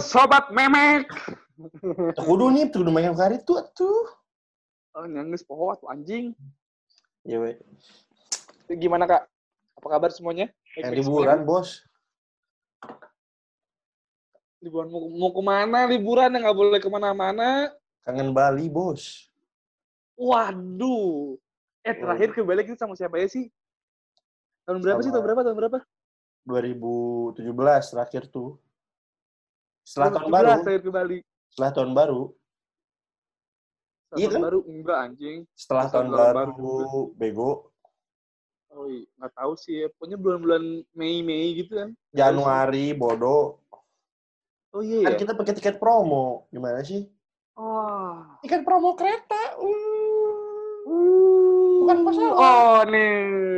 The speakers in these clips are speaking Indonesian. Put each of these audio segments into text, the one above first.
sobat memek. Kudu nih, kudu main kari tuh. Oh, nangis poho atuh anjing. Iya, we. Gimana, Kak? Apa kabar semuanya? Yang liburan, Bos. Liburan mau kemana? Liburan yang nggak boleh kemana-mana. Kangen Bali, Bos. Waduh. Terakhir ke Bali kita sama siapa ya sih? Tahun berapa sih? Tahun berapa? 2017 terakhir tuh. Setelah tahun baru. Terakhir ke Bali. Setelah tahun baru. Iya kan? Baru enggak anjing. Setelah tahun baru bego. Oh iya, nggak tahu sih ya. Pokoknya bulan-bulan Mei gitu kan. Januari bodoh. Oh iya. Kan kita pakai tiket promo. Gimana sih? Oh. Tiket promo kereta. Bukan pesawat. Oh nih.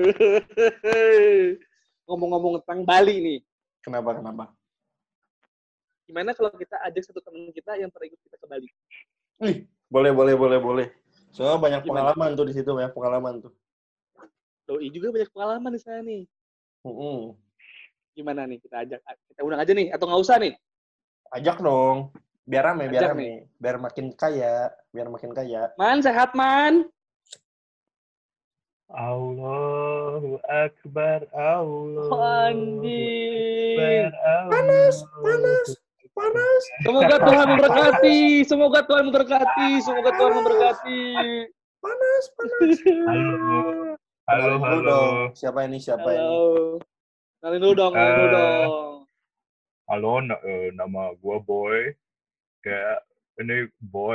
Ngomong-ngomong tentang Bali nih. Kenapa? Gimana kalau kita ajak satu teman kita yang pernah ikut kita ke Bali? Boleh. Soalnya banyak pengalaman tuh di situ, banyak pengalaman tuh. Doi juga banyak pengalaman di sana nih. Gimana nih kita undang aja nih atau nggak usah nih? Ajak dong. Biar rame. Biar makin kaya. Man, sehat, Man. Allahu Akbar, Allahu Akbar. Panas. Semoga Tuhan memberkati. Panas. Halo. Siapa ini? Kenalin dulu dong. Halo, nama gue Boy. Kayak ini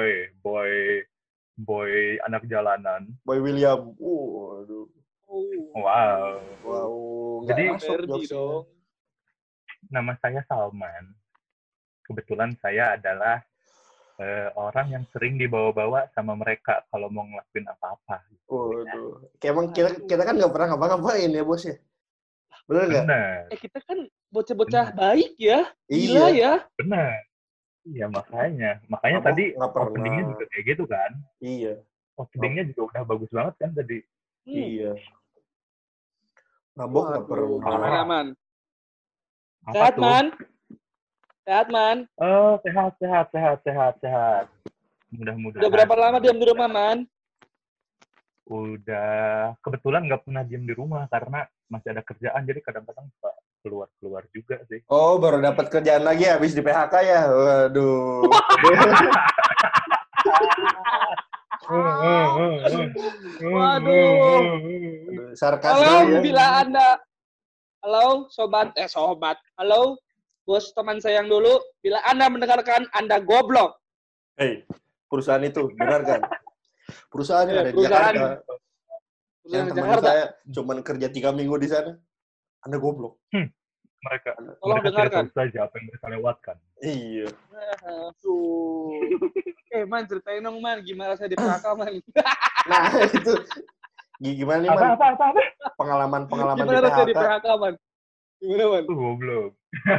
boy anak jalanan. Boy William. Aduh. Wow. Jadi dong. Nama saya Salman. Kebetulan saya adalah orang yang sering dibawa-bawa sama mereka kalau mau ngelakuin apa-apa. Waduh. Emang kita kan nggak pernah ngapa-ngapain ya, Bos ya? Bener nggak? Kita kan bocah-bocah baik ya. Gila ya. Bener. Iya, makanya tadi openingnya juga kayak gitu kan. Iya. Openingnya juga udah bagus banget kan tadi. Iya. Mabok nggak pernah. Aman. Sehat, Man. Oh, sehat. Mudah-mudahan. Udah berapa lama diam di rumah, Man? Udah, kebetulan nggak pernah diam di rumah karena masih ada kerjaan, jadi kadang-kadang suka keluar juga sih. Oh, baru dapat kerjaan lagi habis di PHK ya? Waduh. Waduh. Sarkas. Halo, sobat. Halo, bos teman saya yang dulu. Bila Anda mendengarkan, Anda goblok. Hei, perusahaan itu, benar kan? Perusahaan yang ada di Jakarta. Yang teman saya cuma kerja 3 minggu di sana. Anda goblok. Mereka dengarkan. Tidak tahu saja apa yang mereka lewatkan. Iya. Man, ceritain dong, Man. Gimana saya di PHK, Man? Nah, itu. Gimana nih, Man? Apa? Pengalaman gimana di PHK. Di PHK, Man? Gimana, Man? Goblok.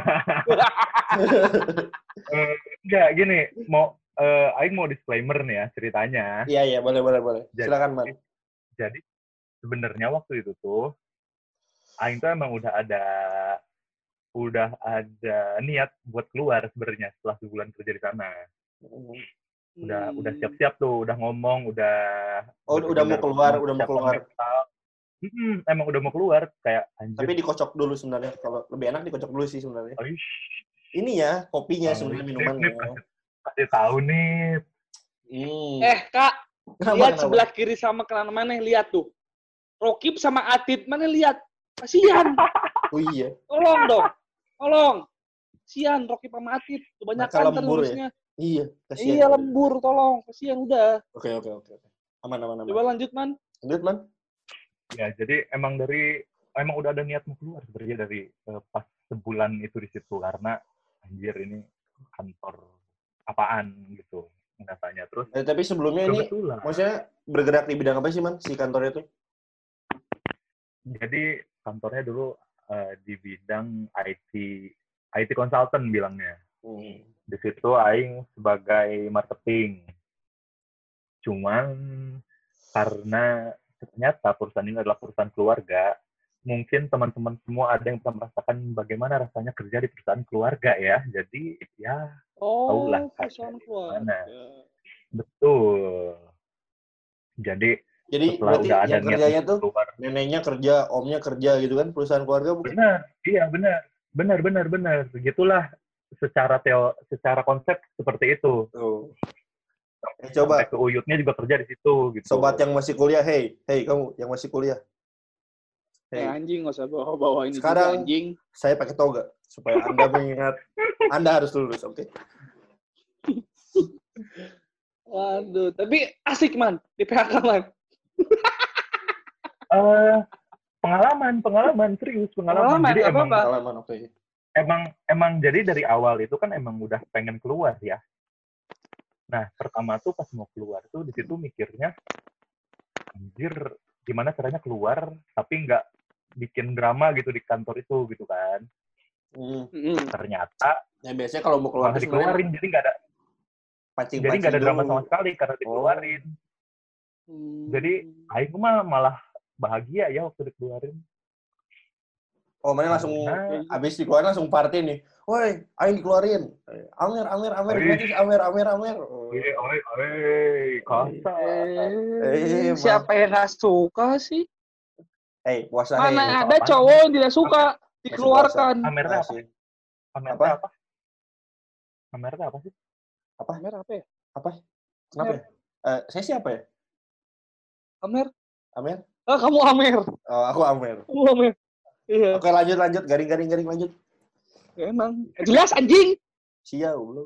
Enggak, gini. Aing mau disclaimer nih ya ceritanya. Iya, boleh. Silakan, Man. Jadi, sebenarnya waktu itu tuh, Aing tuh emang udah ada niat buat keluar sebenarnya setelah sebulan kerja di sana. Udah siap-siap tuh, udah ngomong, udah mau keluar. Emang udah mau keluar kayak anjir. Tapi dikocok dulu sebenarnya. Kalau lebih enak dikocok dulu sih sebenarnya. Ini ya, kopinya sebenarnya minumannya. Kasih tahu nih. Kak, lihat sebelah kiri sama kanan mana, lihat tuh. Rokib sama Atit mana, lihat. Kasihan. Oh iya. Tolong dong. Kasihan Rokib sama Atit. Kebanyakan terusnya. Iya, kasihan. Iya, lembur, tolong. Kasihan udah. Oke. Aman. Coba lanjut, Man. Ya, jadi emang udah ada niat mau keluar sebenarnya dari pas sebulan itu di situ karena anjir ini kantor apaan gitu rasanya. Terus tapi sebelumnya ini maksudnya bergerak di bidang apa sih, Man, si kantornya itu? Jadi kantornya dulu di bidang IT consultant bilangnya. Di situ aing sebagai marketing. Cuman karena ternyata perusahaan ini adalah perusahaan keluarga, mungkin teman-teman semua ada yang pernah merasakan bagaimana rasanya kerja di perusahaan keluarga ya. Jadi ya tahulah perusahaan gimana. keluarga. Betul. Jadi setelah berarti udah ada yang niat kerjanya untuk tuh keluar. neneknya kerja, omnya kerja gitu kan, perusahaan keluarga bukan? Benar, iya benar. Begitulah secara konsep seperti itu. Tuh. Sampai Coba ke uyutnya juga kerja di situ gitu. sobat yang masih kuliah, hey kamu yang masih kuliah. Anjing, nggak usah bawa ini sekarang juga, anjing. saya pakai toga supaya Anda mengingat Anda harus lulus, oke? Waduh, tapi asik man di PHK man. Pengalaman serius pengalaman. Jadi pengalaman, oke. Emang jadi dari awal itu kan emang udah pengen keluar ya. Nah, pertama tuh pas mau keluar tuh di situ mikirnya, anjir, gimana caranya keluar tapi nggak bikin drama gitu di kantor itu gitu kan. Ternyata ya biasanya kalau mau keluar malah dikeluarin, jadi nggak ada drama sama sekali karena dikeluarin. Jadi aing mah malah bahagia ya waktu dikeluarin. Oh, mana langsung abis dikeluarin langsung party nih. Woi, aing dikeluarin. Amer, gratis, amer. Kasar. Siapa yang nggak suka sih? Puasa. Mana ada cowok yang tidak suka dikeluarkan. Amernya apa? Amernya apa sih? Amer apa ya? Apa? Kenapa ya? Saya siapa ya? Amer? Oh, kamu Amer. Oh, aku Amer. Kamu Amer. Iya. Oke, lanjut. Garing lanjut. Ya, emang. Jelas anjing. Sial, belum.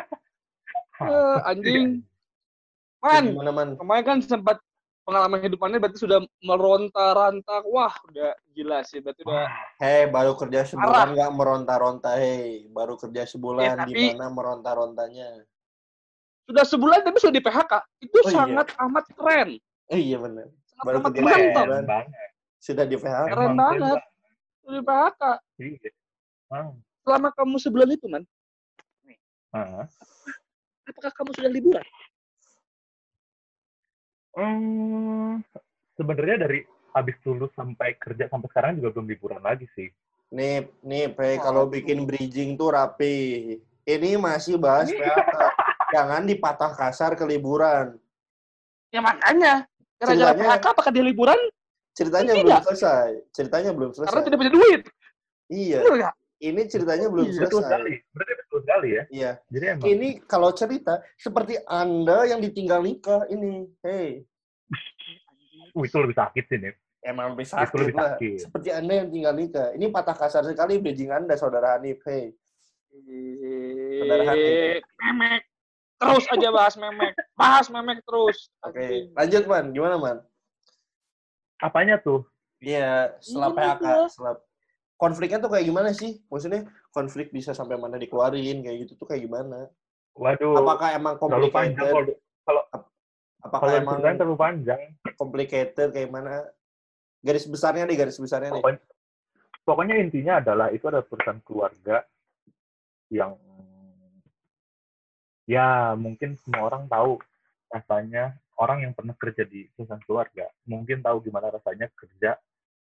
Anjing. Man, kemarin kan sempat pengalaman hidupannya berarti sudah meronta-ranta. Wah, udah gila sih. Berarti udah... baru kerja sebulan nggak meronta-ronta, Baru kerja sebulan, tapi... di mana meronta-rontanya? Sudah sebulan tapi sudah di PHK. Itu sangat amat keren. Iya, benar. Baru amat mantap. Sudah di PHK. Keren banget. Sudah di PHK. Selama kamu sebulan itu, Man. Apakah kamu sudah liburan? Sebenarnya dari habis lulus sampai kerja sampai sekarang juga belum liburan lagi sih. Nih, kalau bikin bridging tuh rapi. Ini masih bahas PHK. Jangan dipatah kasar ke liburan. Ya makanya. Gara-gara PHK apakah dia liburan? Ceritanya belum selesai. Karena tidak punya duit. Iya. Ini ceritanya belum selesai. Berarti betul sekali ya. Iya. Jadi emang. Ini kalau cerita seperti Anda yang ditinggal nikah ini. Itu lebih sakit sih, Nip. Emang lebih sakit lah. Seperti Anda yang tinggal nikah. Ini patah kasar sekali bridging Anda, Saudara Hanif. Saudara Hanif. Memek. Terus aja bahas memek. Bahas memek terus. Oke. Lanjut, Man. Gimana, Man? Apanya tuh? Iya, setelah PHK. Konfliknya tuh kayak gimana sih? Maksudnya konflik bisa sampai mana dikeluarin, kayak gitu tuh kayak gimana? Waduh. Apakah emang complicated? Apakah emang terlalu panjang? Complicated kayak mana? Garis besarnya nih. Pokoknya intinya adalah itu ada perusahaan keluarga yang ya mungkin semua orang tahu rasanya, orang yang pernah kerja di perusahaan keluarga mungkin tahu gimana rasanya kerja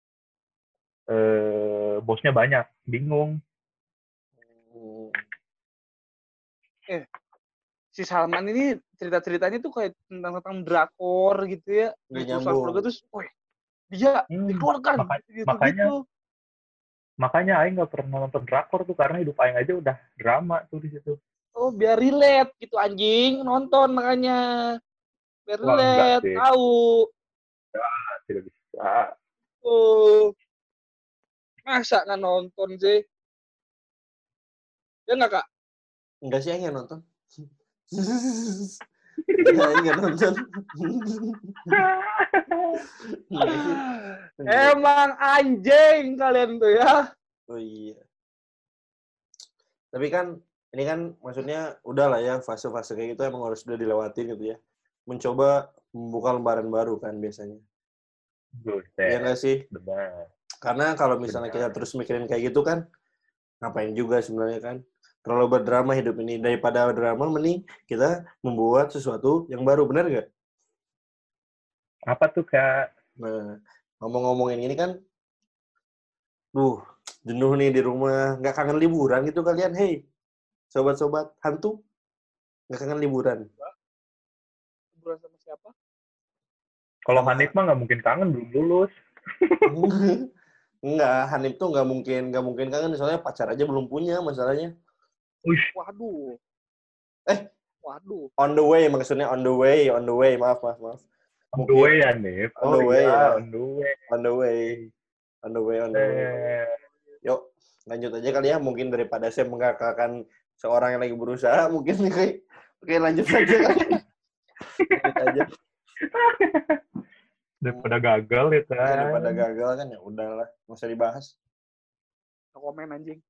bosnya banyak, bingung. Si Salman ini cerita-ceritanya tuh kayak tentang drakor gitu ya. Nggak nyambung. Terus, dia dikeluarkan. Makanya Aing nggak pernah nonton drakor tuh karena hidup Aing aja udah drama tuh di situ. Oh, biar relate gitu anjing, nonton makanya. Biar relate, tahu. Ya, tidak bisa. Masa nggak nonton sih? Ya nggak, Kak? Enggak sih, Aing nggak nonton. Nggak nonton. Emang anjing kalian tuh ya. Oh iya. Tapi kan ini kan maksudnya udah lah ya, fase-fase kayak gitu emang harus udah dilewatin gitu ya. Mencoba membuka lembaran baru kan biasanya. Iya nggak sih? Benar. Karena kalau misalnya kita terus mikirin kayak gitu kan, ngapain juga sebenarnya kan? Terlalu berdrama hidup ini. Daripada drama, mending kita membuat sesuatu yang baru. Benar nggak? Apa tuh, Kak? Nah, ngomong-ngomongin ini kan, Jenuh nih di rumah. Nggak kangen liburan gitu kalian? Hei, sobat-sobat hantu. Nggak kangen liburan? Liburan sama siapa? Kalau Hanif mah nggak mungkin kangen, belum lulus. Enggak, Hanif tuh nggak mungkin kangen. Soalnya pacar aja belum punya masalahnya. Waduh. Waduh. On the way maksudnya on the way. Maaf. On the way ya, Nif. On the way ya. On the way. Yuk, lanjut aja kali ya. Mungkin daripada saya mengatakan seorang yang lagi berusaha, mungkin oke lanjut saja kali. Lanjut aja. Daripada gagal ya kan. Daripada gagal kan ya udahlah, nggak usah dibahas. Komen anjing.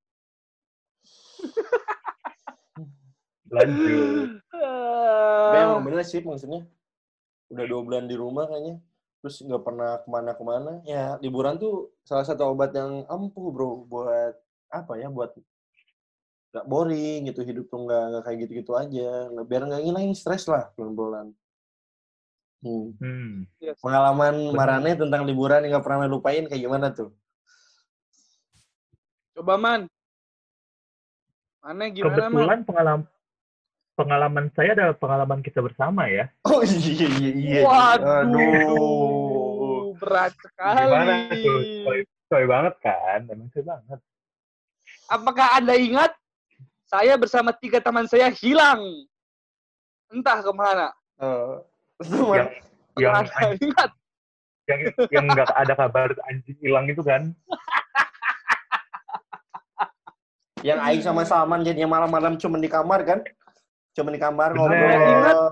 Lanjut. Tapi emang bener sih maksudnya. Udah 2 bulan di rumah kayaknya. Terus nggak pernah kemana-kemana. Ya liburan tuh salah satu obat yang ampuh bro. Buat apa ya, buat nggak boring gitu. Hidup tuh nggak kayak gitu-gitu aja. Biar nggak ngilangin stres lah pelan-pelan. Yes. Pengalaman Marane tentang liburan yang nggak pernah lupain kayak gimana tuh? Coba Man. Mana gimana Kebetulan pengalaman saya adalah pengalaman kita bersama ya. Oh iya. Waduh. Aduh. Berat sekali. Gimana tuh? Coy banget kan? Emang coy banget. Apakah Anda ingat? Saya bersama 3 teman saya hilang. Entah kemana. Yang nggak ada kabar anjing hilang itu kan? Yang Aing sama Salman jadinya malam-malam cuma di kamar kan? Cuma di kamar Bener. ngobrol.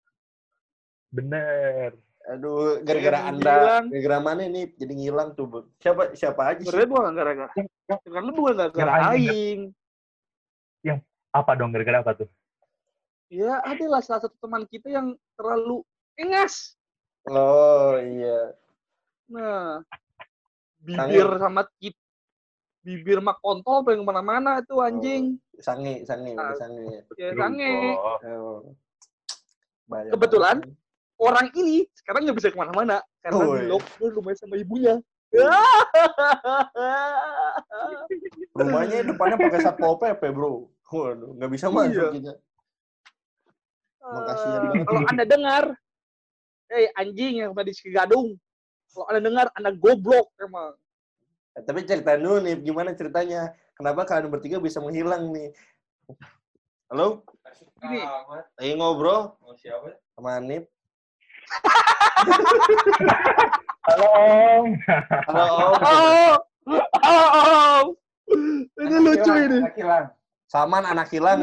Bener. Aduh, gara-gara Anda, gara-gara mana nih jadi ngilang tuh, Bun? Siapa aja sih? Sebenarnya bukan gara-gara. Karena bukan gara-gara Aing. Yang apa dong, gara-gara apa tuh? Ya, adalah salah satu teman kita yang terlalu engas. Oh, iya. Nah, bibir sama bibir mak kontol pengen kemana-mana itu anjing. Sange. Ya, sange. Oh. Kebetulan orang ini sekarang nggak bisa kemana-mana karena di lockdown rumahnya sama ibunya. Rumahnya depannya pakai satpol pp bro. Waduh, nggak bisa masuk kita. Makasih banget. Kalau Anda dengar, anjing yang tadi di Gadung, kalau Anda dengar, Anda goblok emang. Tapi cerita dulu nih, gimana ceritanya? Kenapa kalian bertiga bisa menghilang nih? Halo? Ini. Lagi ngobrol? Siapa? Sama Hanif. Halo. Ini lucu ini. Salman anak hilang.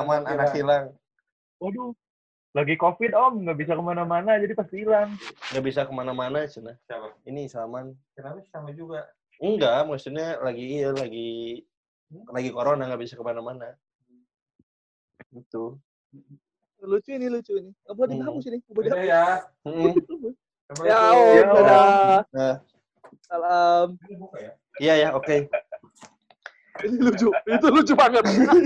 Waduh. Lagi COVID om, nggak bisa kemana-mana, jadi pasti hilang. Nggak bisa kemana-mana, Cina. Siapa? Ini Salman. Kenapa sama juga? Enggak, maksudnya lagi corona, nggak bisa kemana-mana. Gitu. Lucu ini. Nggak boleh dihapus ini. Udah ya. Ya, dadah. Salam. Iya ya, oke. Ini lucu. Itu lucu banget.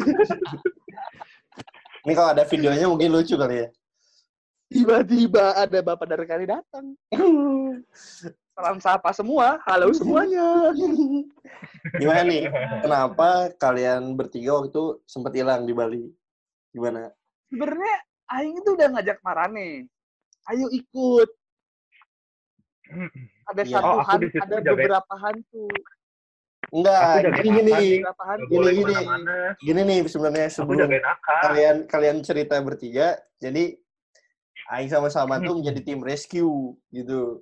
Ini kalau ada videonya mungkin lucu kali ya. Tiba-tiba ada bapak dari kali datang. Salam sapa semua. Halo semuanya. Gimana nih? Kenapa kalian bertiga waktu itu sempat hilang di Bali? Gimana? Sebenarnya Aing itu udah ngajak Marane. Ayo ikut. Ada satu hantu, ada beberapa hantu. Enggak, gini nih sebenarnya sebelum kalian cerita bertiga, jadi Aing sama Salman tuh menjadi tim rescue gitu.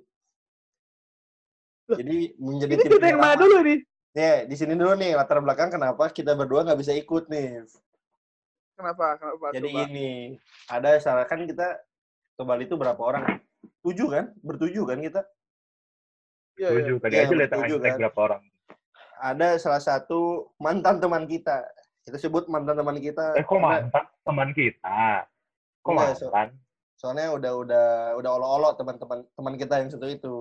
Jadi menjadi tim yang mana dulu nih? Ya, di sini dulu nih latar belakang kenapa kita berdua nggak bisa ikut nih. Kenapa? Jadi gini, ada salah kan kita ke Bali itu berapa orang? 7 kan? Bertujuh kan kita? 7. Tadi aja lihat berapa orang. Ada salah satu mantan teman kita. Kita sebut mantan teman kita. Kok mantan teman kita? Kok mantan? Soalnya udah olo-olo teman kita yang satu itu.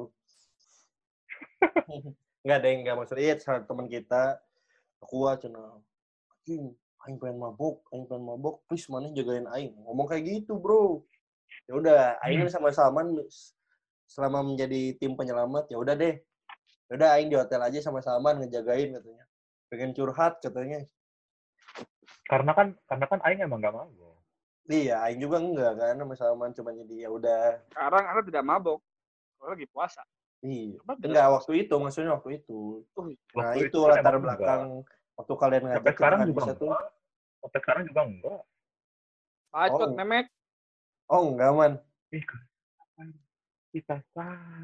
Enggak maksudnya salah teman kita. Aku cina. Aing pengen mabok, please mana jagain Aing. Ngomong kayak gitu, bro. Ya udah, Aing sama Salman selama menjadi tim penyelamat, ya udah deh. Udah aing di hotel aja sama Salman ngejagain katanya. Pengen curhat katanya. Karena kan Aing emang nggak mau. Iya, aing juga enggak kan sama Salman, cuma jadi ya udah. Sekarang Anda tidak mabok. Kalau lagi puasa. Iya. Coba Enggak puasa. waktu itu, maksudnya waktu itu. Oh, Nah, Waktu itu kan latar emang belakang enggak. waktu kalian Sampai ngajak kita sekarang nggak juga bisa tuh. enggak. Sampai sekarang juga enggak. bacot Oh, memek. oh enggak, Man. Ih, kita sar.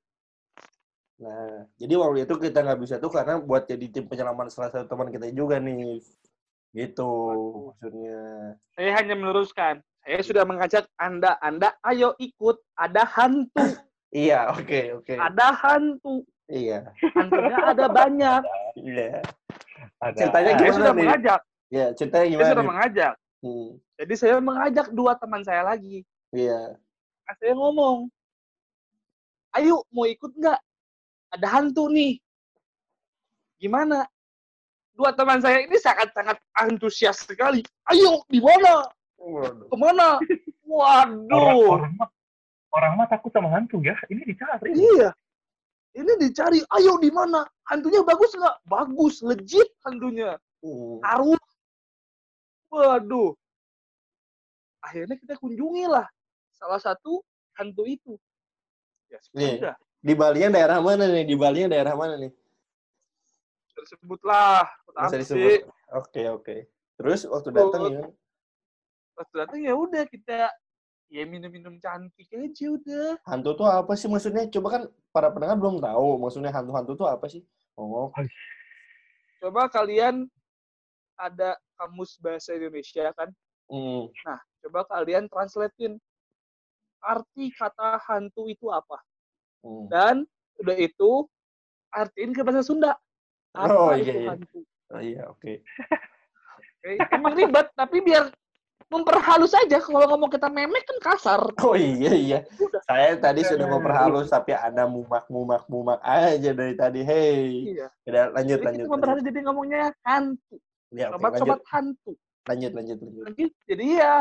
Nah, jadi waktu itu kita nggak bisa tuh karena buat jadi tim penyelaman salah satu teman kita juga nih. Gitu Waduh. maksudnya. Saya hanya meluruskan. Saya sudah mengajak Anda ayo ikut. Ada hantu. Iya, oke. Ada hantu. Iya. Hantunya ada banyak. Iya. Ada. Ceritanya Saya gimana sudah nih? mengajak. Ya, ceritanya Saya gimana sudah nih? mengajak. Jadi saya mengajak 2 teman saya lagi. Iya. Nah, saya ngomong, ayo mau ikut nggak? Ada hantu nih. Gimana? 2 teman saya ini sangat-sangat antusias sekali. Ayo, di mana? Waduh. Kemana? Waduh. Orang mah takut sama hantu ya. Ini dicari. Iya. Ini dicari. Ayo di mana? Hantunya bagus nggak? Bagus, legit hantunya. Taruh. Waduh. Akhirnya kita kunjungi lah salah satu hantu itu. Ya sudah. Di Balinya daerah mana nih? Di Balinya daerah mana nih? Tersebutlah. Bisa disebut. Oke. Terus waktu datang ya? Waktu datang ya udah kita ya minum-minum cantik aja udah. Hantu tuh apa sih maksudnya? Coba kan para pendengar belum tahu maksudnya hantu-hantu tuh apa sih? Oh. Coba kalian ada kamus bahasa Indonesia kan? Nah, coba kalian translatein arti kata hantu itu apa. Dan udah itu artiin ke bahasa Sunda. Apa itu hantu? Oh iya, oke. Emang ribet, tapi biar memperhalus aja. Kalau ngomong kita memek kan kasar. Oh iya. Saya tadi sudah memperhalus, tapi ada mumak aja dari tadi. Hey. Iya. Udah, lanjut. Kita memperhalus jadi ngomongnya hantu. Ya, sobat hantu. Lanjut. Jadi ya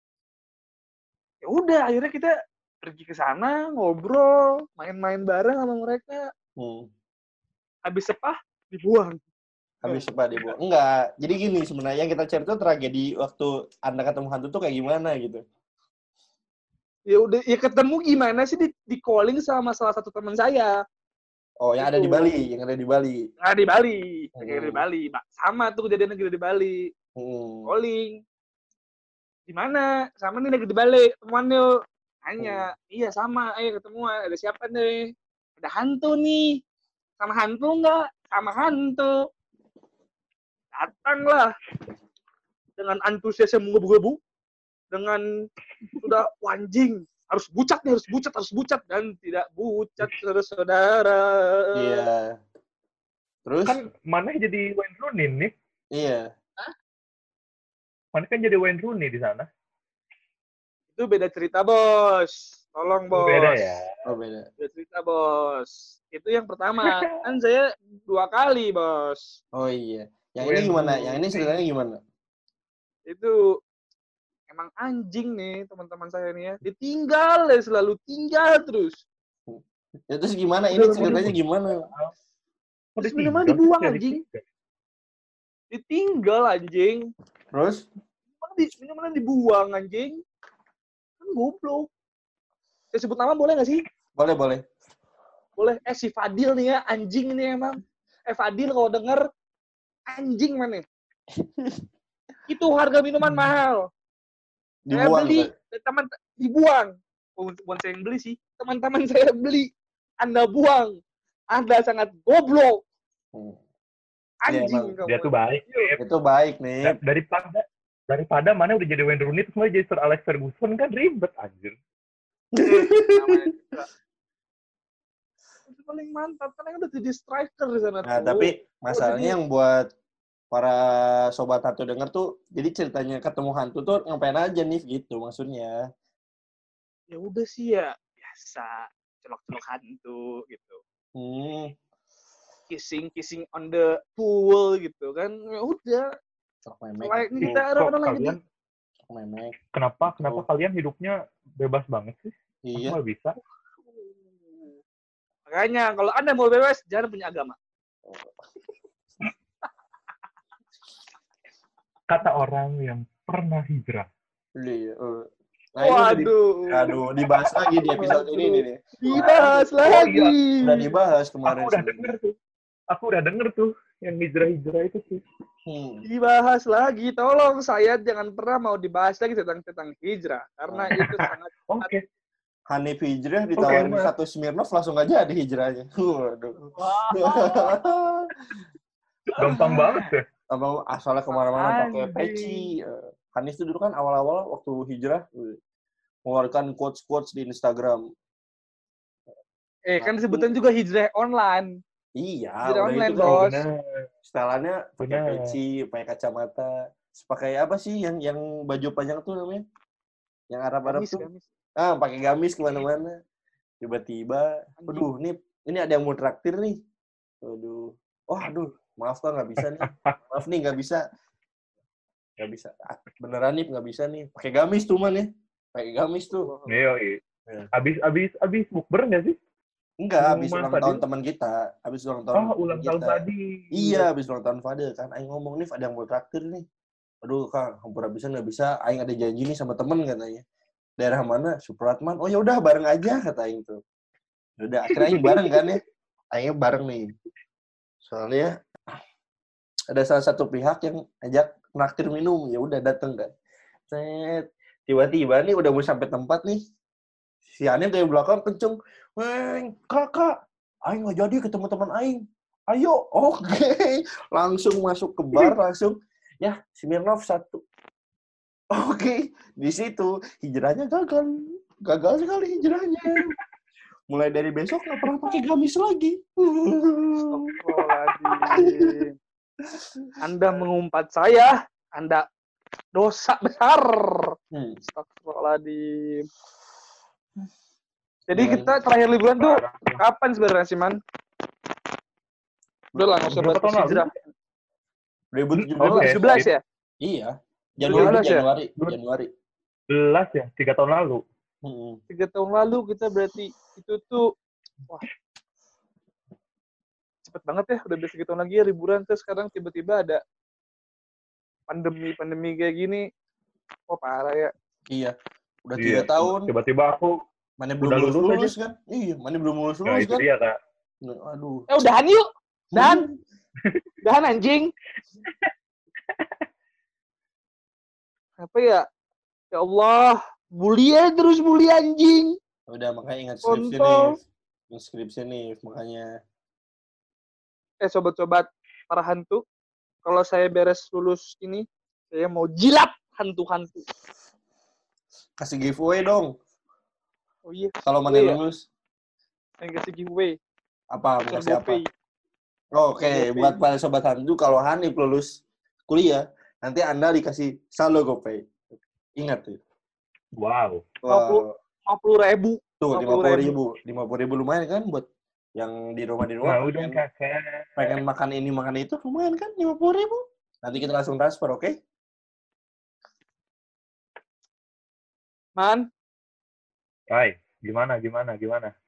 udah akhirnya kita pergi ke sana, ngobrol, main-main bareng sama mereka. Habis sepah dibuang. Enggak. Jadi gini sebenarnya yang kita cari itu tragedi waktu Anda ketemu hantu tuh kayak gimana gitu. Ya udah, ya ketemu gimana sih di calling sama salah satu teman saya. Oh, yang ada di Bali, yang ada di Bali. Sama tuh kejadiannya di Bali. Calling. Di mana? Sama nih lagi di Bali, ketemuan yuk. Tanya, iya sama, ayo ketemuan. Ada siapa nih? Ada hantu nih. Sama hantu enggak? Sama hantu. Datanglah. Dengan antusias yang menggebu-gebu. Dengan sudah anjing. Harus bucat. Dan tidak bucat, saudara. Iya. Terus? Kan mana jadi Wayne Rooney nih? Iya. Mana kan jadi Wayne Rooney di sana? Itu beda cerita, Bos. Tolong, Bos. Beda ya? Oh, beda. Beda cerita, Bos. Itu yang pertama. Kan saya 2 kali, Bos. Oh iya. Yang ini gimana? Yang ini ceritanya gimana? Itu emang anjing nih teman-teman saya nih ya. Ditinggal ya, selalu tinggal terus. Ya terus gimana? Ini ceritanya gimana? Terus minumannya dibuang anjing. Ditinggal anjing. Terus? Minumannya dibuang anjing. Kan goblok. Saya sebut nama boleh nggak sih? Boleh. Boleh. Si Fadil nih ya, anjing ini emang. Fadil kalau denger, anjing mana? Itu harga minuman mahal. Dibuang, saya beli, dibuang. Bukan saya yang beli sih. Teman-teman saya beli. Anda buang. Anda sangat goblok. Anjing. Ya, dia tuh baik. Itu baik nih. Daripada mana udah jadi Wayne Rooney terus malah jadi Sir Alex Ferguson kan ribet anjir. Itu paling mantap karena udah jadi striker di sana. Nah, tapi masalahnya yang buat para sobat hantu denger tuh, jadi ceritanya ketemu hantu tuh ngapain aja nih gitu maksudnya. Ya udah sih ya biasa celok-celok hantu gitu. Kissing on the pool gitu kan. Ya udah. Selain kita orang lagi Kenapa kalian hidupnya bebas banget sih? Iya. Nggak bisa. Makanya kalau Anda mau bebas, jangan punya agama. Kata orang yang pernah hijrah. Iya. Nah, Waduh. dibahas lagi di episode ini nih. Dibahas lagi. Iya. Udah dibahas kemarin. Aku udah denger tuh yang hijrah-hijrah itu tuh. Dibahas lagi. Tolong saya jangan pernah mau dibahas lagi tentang hijrah. Karena itu sangat... Oke. Hanif hijrah ditawarin satu Smirnoff langsung aja ada hijrahnya. Waduh. Gampang banget ya. Asalnya kemana-mana pakai peci. Hanif itu dulu kan awal-awal waktu hijrah mengeluarkan quotes-quotes di Instagram. Kan sebutan juga hijrah online. Iya, hijrah udah online, itu kan. Bos. Setelannya pakai peci, pakai kacamata. Pakai apa sih yang baju panjang tuh namanya? Yang Arab-Arab tuh. Gamis. Pakai gamis kemana-mana. Tiba-tiba, aduh, ini ada yang mau traktir nih. Aduh, maaf Kak, nggak bisa nih. Maaf nih, nggak bisa. Nggak bisa. Beneran nih, nggak bisa nih. Pakai gamis tuh, man ya. Pakai gamis tuh. Iya. Abis bukber nggak sih? Enggak, habis ulang tahun teman kita. Habis ulang tahun ulang tahun tadi. Iya, habis ulang tahun Fadil kan. Aing ngomong nih, ada yang mau traktir nih. Aduh, Kak, hampura bisa nggak bisa. Aing ada janji nih sama temen katanya. Daerah mana? Supratman. Oh ya udah bareng aja kata Aing tuh. Udah akhirnya Aing bareng kan ya. Aingnya bareng nih. Soalnya ada salah satu pihak yang ajak traktir minum. Ya udah dateng kan. Set. Tiba-tiba nih udah mau sampai tempat nih. Si Anin dari belakang kenceng. Weng, kakak, Aing nggak jadi ketemu teman Aing. Ayo, oke. Langsung masuk ke bar, langsung. Ya, Smirnoff 1. Oke, di situ hijrahnya gagal. Gagal sekali hijrahnya. Mulai dari besok nggak pernah pakai gamis lagi. Astagfirullahaladzim. Anda mengumpat saya, Anda dosa besar. Astagfirullahaladzim. Jadi kita terakhir liburan tuh kapan sebenarnya sih, Man? Udah lah, nggak usah bahas hijrah. 2017 ya? Iya. Januari. 11 ya? 3 tahun lalu. 3 tahun lalu kita berarti itu tuh, wah, cepet banget ya. Udah 3 tahun lagi ya liburan. Terus sekarang tiba-tiba ada pandemi kayak gini. Oh, parah ya. Iya. Udah 3 tahun. Tiba-tiba aku mana belum lulus kan? Iya, mana belum lulus nah, itu kan? Dia, Kak. Aduh. Udahan yuk. Udahan anjing. Apa ya? Ya Allah, bully anjing. Udah makanya ingat skripsi nih, makanya. Sobat-sobat para hantu, kalau saya beres lulus ini, saya mau jilat hantu-hantu. Kasih giveaway dong. Oh iya. Kalau mana lulus? Yang kasih giveaway. Apa? Kasih apa? Oke, buat para sobat hantu, kalau Hanif lulus kuliah, nanti Anda dikasih saldo GoPay. Ingat tuh. Wow. 50.000. Tuh, 50.000 lumayan kan buat yang di rumah Nah, udah pengen makan ini makan itu lumayan kan 50.000. Nanti kita langsung transfer, oke? Man. Hai, gimana?